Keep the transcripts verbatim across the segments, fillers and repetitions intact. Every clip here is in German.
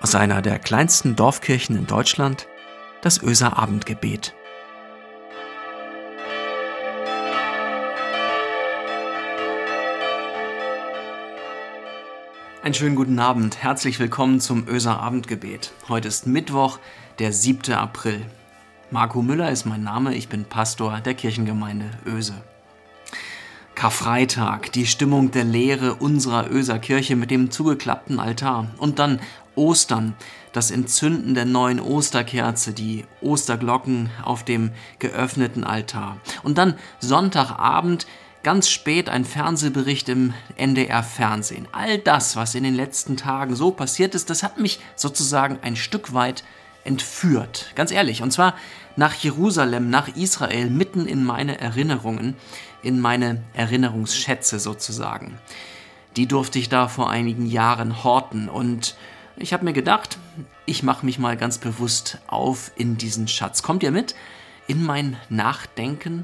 Aus einer der kleinsten Dorfkirchen in Deutschland, das Oeser Abendgebet. Einen schönen guten Abend, herzlich willkommen zum Oeser Abendgebet. Heute ist Mittwoch, der siebte April. Marco Müller ist mein Name, ich bin Pastor der Kirchengemeinde Oese. Karfreitag, die Stimmung der Lehre unserer Oeser Kirche mit dem zugeklappten Altar. Und dann Ostern, das Entzünden der neuen Osterkerze, die Osterglocken auf dem geöffneten Altar. Und dann Sonntagabend, ganz spät ein Fernsehbericht im N D R-Fernsehen. All das, was in den letzten Tagen so passiert ist, das hat mich sozusagen ein Stück weit entführt. Ganz ehrlich, und zwar nach Jerusalem, nach Israel, mitten in meine Erinnerungen, in meine Erinnerungsschätze sozusagen. Die durfte ich da vor einigen Jahren horten und ich habe mir gedacht, ich mache mich mal ganz bewusst auf in diesen Schatz. Kommt ihr mit in mein Nachdenken?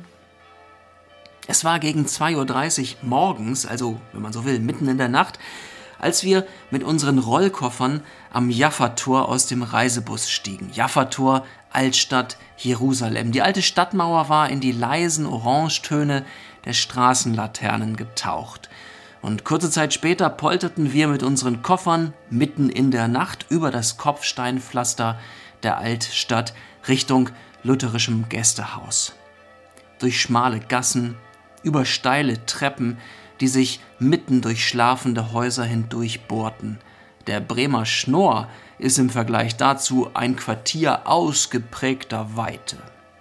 Es war gegen zwei Uhr dreißig morgens, also wenn man so will, mitten in der Nacht, als wir mit unseren Rollkoffern am Jaffa-Tor aus dem Reisebus stiegen. Jaffa-Tor, Altstadt, Jerusalem. Die alte Stadtmauer war in die leisen Orangetöne der Straßenlaternen getaucht. Und kurze Zeit später polterten wir mit unseren Koffern mitten in der Nacht über das Kopfsteinpflaster der Altstadt Richtung lutherischem Gästehaus. Durch schmale Gassen, über steile Treppen, die sich mitten durch schlafende Häuser hindurch bohrten. Der Bremer Schnorr ist im Vergleich dazu ein Quartier ausgeprägter Weite.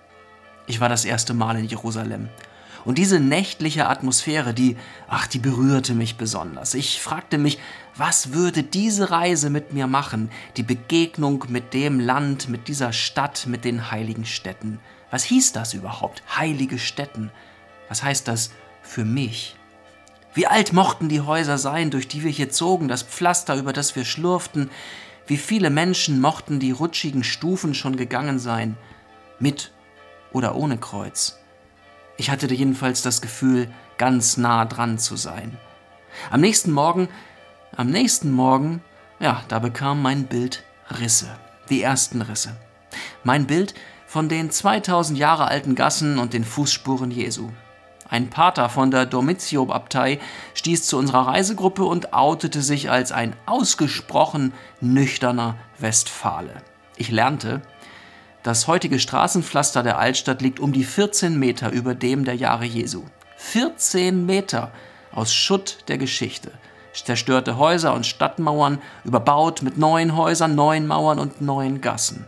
Ich war das erste Mal in Jerusalem. Und diese nächtliche Atmosphäre, die, ach, die berührte mich besonders. Ich fragte mich, was würde diese Reise mit mir machen? Die Begegnung mit dem Land, mit dieser Stadt, mit den heiligen Städten. Was hieß das überhaupt? Heilige Stätten. Was heißt das für mich? Wie alt mochten die Häuser sein, durch die wir hier zogen, das Pflaster, über das wir schlurften? Wie viele Menschen mochten die rutschigen Stufen schon gegangen sein? Mit oder ohne Kreuz? Ich hatte jedenfalls das Gefühl, ganz nah dran zu sein. Am nächsten Morgen, am nächsten Morgen, ja, da bekam mein Bild Risse. Die ersten Risse. Mein Bild von den zweitausend Jahre alten Gassen und den Fußspuren Jesu. Ein Pater von der Dormitio-Abtei stieß zu unserer Reisegruppe und outete sich als ein ausgesprochen nüchterner Westfale. Ich lernte, das heutige Straßenpflaster der Altstadt liegt um die vierzehn Meter über dem der Jahre Jesu. vierzehn Meter aus Schutt der Geschichte. Zerstörte Häuser und Stadtmauern, überbaut mit neuen Häusern, neuen Mauern und neuen Gassen.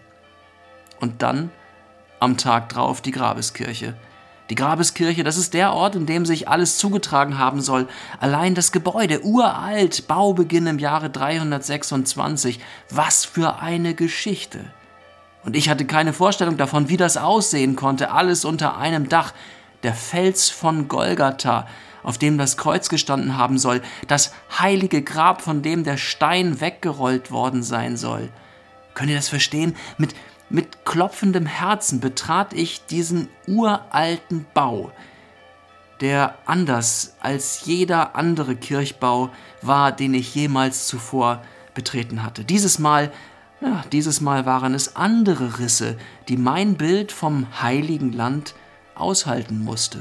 Und dann, am Tag drauf, die Grabeskirche. Die Grabeskirche, das ist der Ort, in dem sich alles zugetragen haben soll. Allein das Gebäude, uralt, Baubeginn im Jahre dreihundertsechsundzwanzig. Was für eine Geschichte! Und ich hatte keine Vorstellung davon, wie das aussehen konnte. Alles unter einem Dach. Der Fels von Golgatha, auf dem das Kreuz gestanden haben soll. Das heilige Grab, von dem der Stein weggerollt worden sein soll. Könnt ihr das verstehen? Mit, mit klopfendem Herzen betrat ich diesen uralten Bau, der anders als jeder andere Kirchbau war, den ich jemals zuvor betreten hatte. Dieses Mal Ja, dieses Mal waren es andere Risse, die mein Bild vom heiligen Land aushalten musste.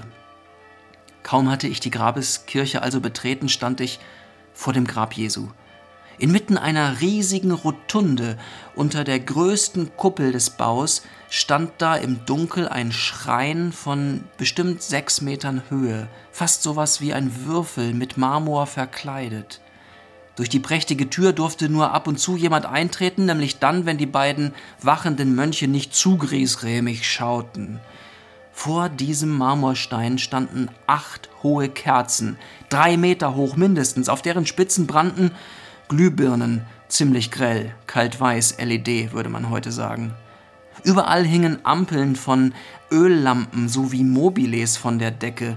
Kaum hatte ich die Grabeskirche also betreten, stand ich vor dem Grab Jesu. Inmitten einer riesigen Rotunde unter der größten Kuppel des Baus stand da im Dunkel ein Schrein von bestimmt sechs Metern Höhe, fast sowas wie ein Würfel mit Marmor verkleidet. Durch die prächtige Tür durfte nur ab und zu jemand eintreten, nämlich dann, wenn die beiden wachenden Mönche nicht zu griesgrämig schauten. Vor diesem Marmorstein standen acht hohe Kerzen, drei Meter hoch mindestens, auf deren Spitzen brannten Glühbirnen, ziemlich grell, kaltweiß, L E D, würde man heute sagen. Überall hingen Ampeln von Öllampen sowie Mobiles von der Decke,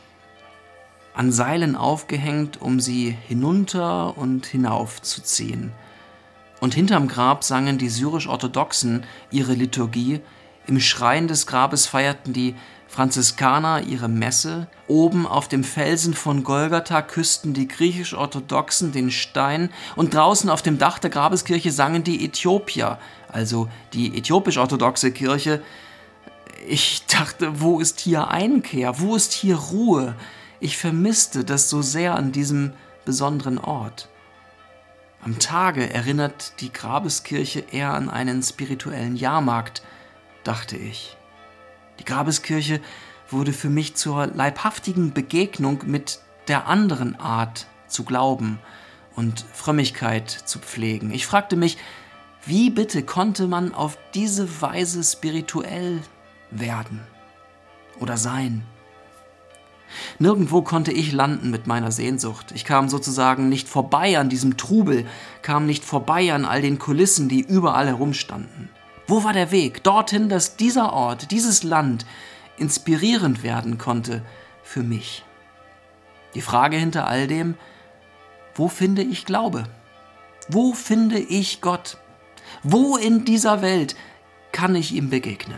an Seilen aufgehängt, um sie hinunter und hinauf zu ziehen. Und hinterm Grab sangen die syrisch-orthodoxen ihre Liturgie. Im Schrein des Grabes feierten die Franziskaner ihre Messe, oben auf dem Felsen von Golgatha küssten die griechisch-orthodoxen den Stein und draußen auf dem Dach der Grabeskirche sangen die Äthiopier, also die äthiopisch-orthodoxe Kirche. Ich dachte, wo ist hier Einkehr, wo ist hier Ruhe? Ich vermisste das so sehr an diesem besonderen Ort. Am Tage erinnert die Grabeskirche eher an einen spirituellen Jahrmarkt, dachte ich. Die Grabeskirche wurde für mich zur leibhaftigen Begegnung mit der anderen Art zu glauben und Frömmigkeit zu pflegen. Ich fragte mich, wie bitte konnte man auf diese Weise spirituell werden oder sein? Nirgendwo konnte ich landen mit meiner Sehnsucht. Ich kam sozusagen nicht vorbei an diesem Trubel, kam nicht vorbei an all den Kulissen, die überall herumstanden. Wo war der Weg? Dorthin, dass dieser Ort, dieses Land inspirierend werden konnte für mich. Die Frage hinter all dem, wo finde ich Glaube? Wo finde ich Gott? Wo in dieser Welt kann ich ihm begegnen?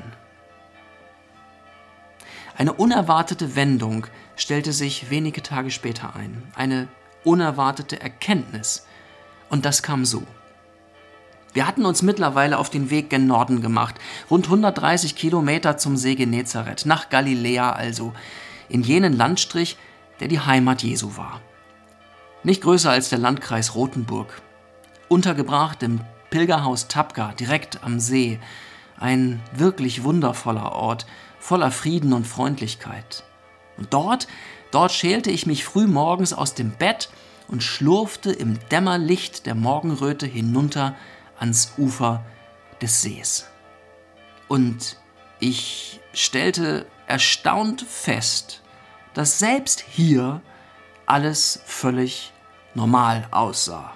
Eine unerwartete Wendung stellte sich wenige Tage später ein. Eine unerwartete Erkenntnis. Und das kam so. Wir hatten uns mittlerweile auf den Weg gen Norden gemacht, rund hundertdreißig Kilometer zum See Genezareth, nach Galiläa also, in jenen Landstrich, der die Heimat Jesu war. Nicht größer als der Landkreis Rothenburg. Untergebracht im Pilgerhaus Tabgha, direkt am See. Ein wirklich wundervoller Ort, voller Frieden und Freundlichkeit. Und dort, dort schälte ich mich früh morgens aus dem Bett und schlurfte im Dämmerlicht der Morgenröte hinunter ans Ufer des Sees. Und ich stellte erstaunt fest, dass selbst hier alles völlig normal aussah.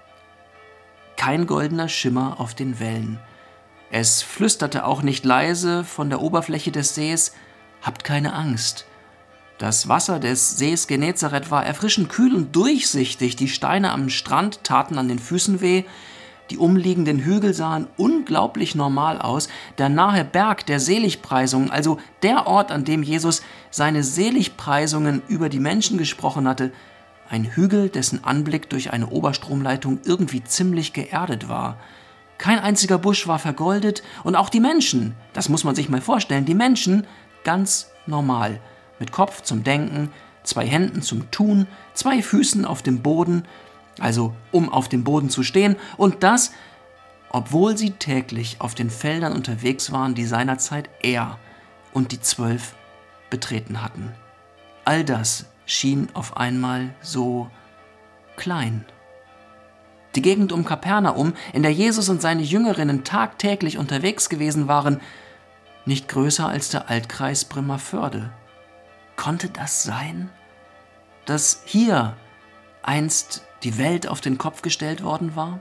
Kein goldener Schimmer auf den Wellen. Es flüsterte auch nicht leise von der Oberfläche des Sees: Habt keine Angst. Das Wasser des Sees Genezareth war erfrischend kühl und durchsichtig. Die Steine am Strand taten an den Füßen weh. Die umliegenden Hügel sahen unglaublich normal aus. Der nahe Berg der Seligpreisungen, also der Ort, an dem Jesus seine Seligpreisungen über die Menschen gesprochen hatte, ein Hügel, dessen Anblick durch eine Oberstromleitung irgendwie ziemlich geerdet war. Kein einziger Busch war vergoldet und auch die Menschen, das muss man sich mal vorstellen, die Menschen ganz normal, mit Kopf zum Denken, zwei Händen zum Tun, zwei Füßen auf dem Boden, also um auf dem Boden zu stehen, und das, obwohl sie täglich auf den Feldern unterwegs waren, die seinerzeit er und die Zwölf betreten hatten. All das schien auf einmal so klein. Die Gegend um Kapernaum, in der Jesus und seine Jüngerinnen tagtäglich unterwegs gewesen waren, nicht größer als der Altkreis Bremervörde. Konnte das sein, dass hier einst die Welt auf den Kopf gestellt worden war?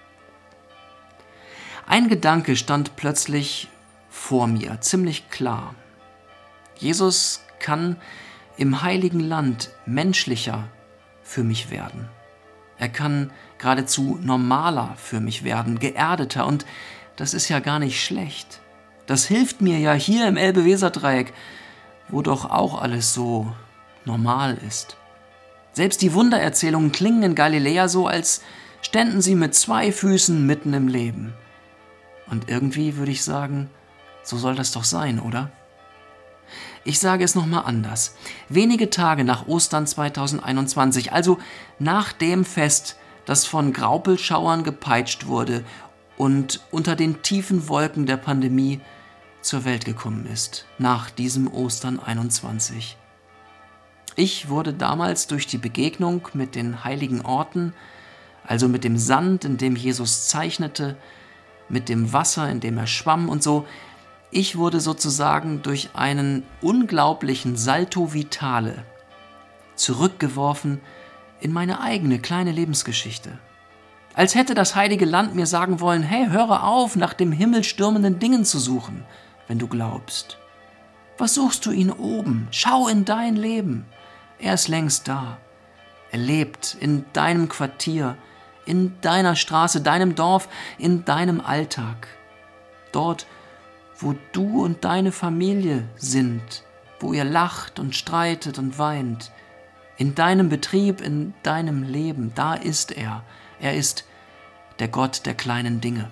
Ein Gedanke stand plötzlich vor mir, ziemlich klar. Jesus kann im Heiligen Land menschlicher für mich werden. Er kann geradezu normaler für mich werden, geerdeter, und das ist ja gar nicht schlecht. Das hilft mir ja hier im Elbe-Weser-Dreieck, wo doch auch alles so normal ist. Selbst die Wundererzählungen klingen in Galiläa so, als ständen sie mit zwei Füßen mitten im Leben. Und irgendwie würde ich sagen, so soll das doch sein, oder? Ich sage es nochmal anders. Wenige Tage nach Ostern zweitausendeinundzwanzig, also nach dem Fest, das von Graupelschauern gepeitscht wurde und unter den tiefen Wolken der Pandemie zur Welt gekommen ist, nach diesem Ostern einundzwanzig. Ich wurde damals durch die Begegnung mit den heiligen Orten, also mit dem Sand, in dem Jesus zeichnete, mit dem Wasser, in dem er schwamm und so, ich wurde sozusagen durch einen unglaublichen Salto Vitale zurückgeworfen in meine eigene kleine Lebensgeschichte. Als hätte das Heilige Land mir sagen wollen: Hey, höre auf, nach dem Himmel stürmenden Dingen zu suchen, wenn du glaubst. Was suchst du ihn oben? Schau in dein Leben. Er ist längst da. Er lebt in deinem Quartier, in deiner Straße, deinem Dorf, in deinem Alltag. Dort, wo du und deine Familie sind, wo ihr lacht und streitet und weint. In deinem Betrieb, in deinem Leben, da ist er. Er ist der Gott der kleinen Dinge.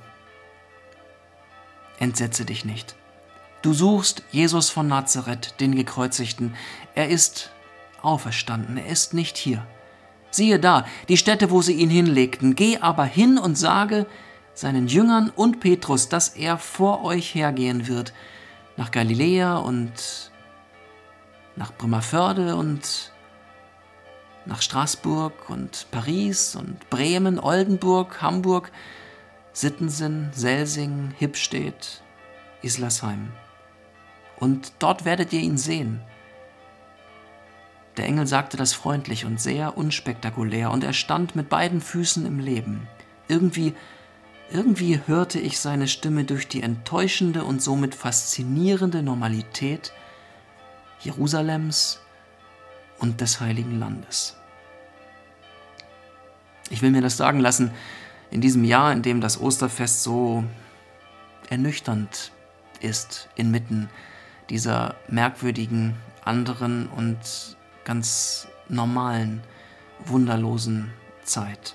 Entsetze dich nicht. Du suchst Jesus von Nazareth, den Gekreuzigten. Er ist auferstanden, er ist nicht hier. Siehe da, die Stätte, wo sie ihn hinlegten. Geh aber hin und sage seinen Jüngern und Petrus, dass er vor euch hergehen wird, nach Galiläa und nach Bremerförde und nach Straßburg und Paris und Bremen, Oldenburg, Hamburg, Sittensen, Selsing, Hippstedt, Islersheim. Und dort werdet ihr ihn sehen. Der Engel sagte das freundlich und sehr unspektakulär, und er stand mit beiden Füßen im Leben. Irgendwie, irgendwie hörte ich seine Stimme durch die enttäuschende und somit faszinierende Normalität Jerusalems und des Heiligen Landes. Ich will mir das sagen lassen, in diesem Jahr, in dem das Osterfest so ernüchternd ist, inmitten dieser merkwürdigen, anderen und ganz normalen, wunderlosen Zeit.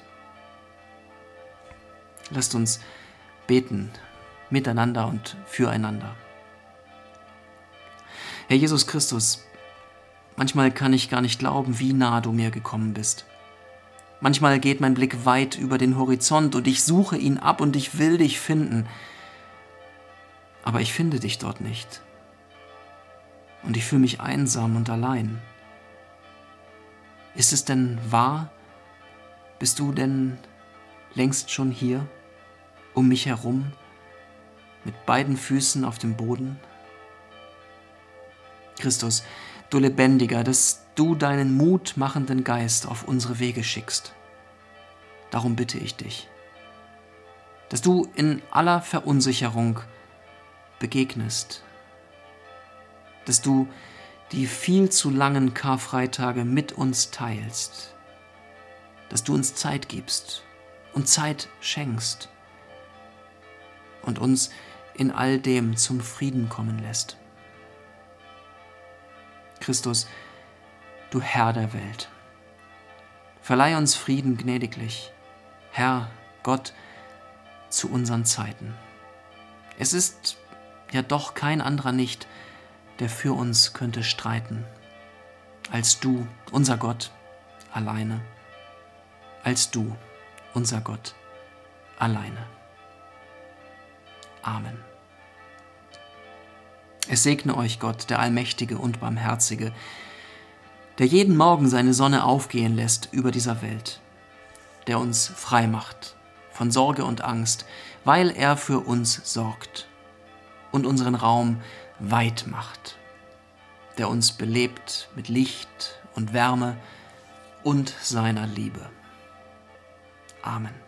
Lasst uns beten, miteinander und füreinander. Herr Jesus Christus, manchmal kann ich gar nicht glauben, wie nah du mir gekommen bist. Manchmal geht mein Blick weit über den Horizont und ich suche ihn ab und ich will dich finden. Aber ich finde dich dort nicht. Und ich fühle mich einsam und allein. Ist es denn wahr? Bist du denn längst schon hier, um mich herum, mit beiden Füßen auf dem Boden? Christus, du Lebendiger, dass du deinen mutmachenden Geist auf unsere Wege schickst. Darum bitte ich dich, dass du in aller Verunsicherung begegnest, dass du die viel zu langen Karfreitage mit uns teilst, dass du uns Zeit gibst und Zeit schenkst und uns in all dem zum Frieden kommen lässt. Christus, du Herr der Welt, verleih uns Frieden gnädiglich, Herr Gott, zu unseren Zeiten. Es ist ja doch kein anderer nicht, der für uns könnte streiten, als du, unser Gott, alleine, als du, unser Gott, alleine. Amen. Es segne euch Gott, der Allmächtige und Barmherzige, der jeden Morgen seine Sonne aufgehen lässt über dieser Welt, der uns frei macht von Sorge und Angst, weil er für uns sorgt und unseren Raum weit macht, der uns belebt mit Licht und Wärme und seiner Liebe. Amen.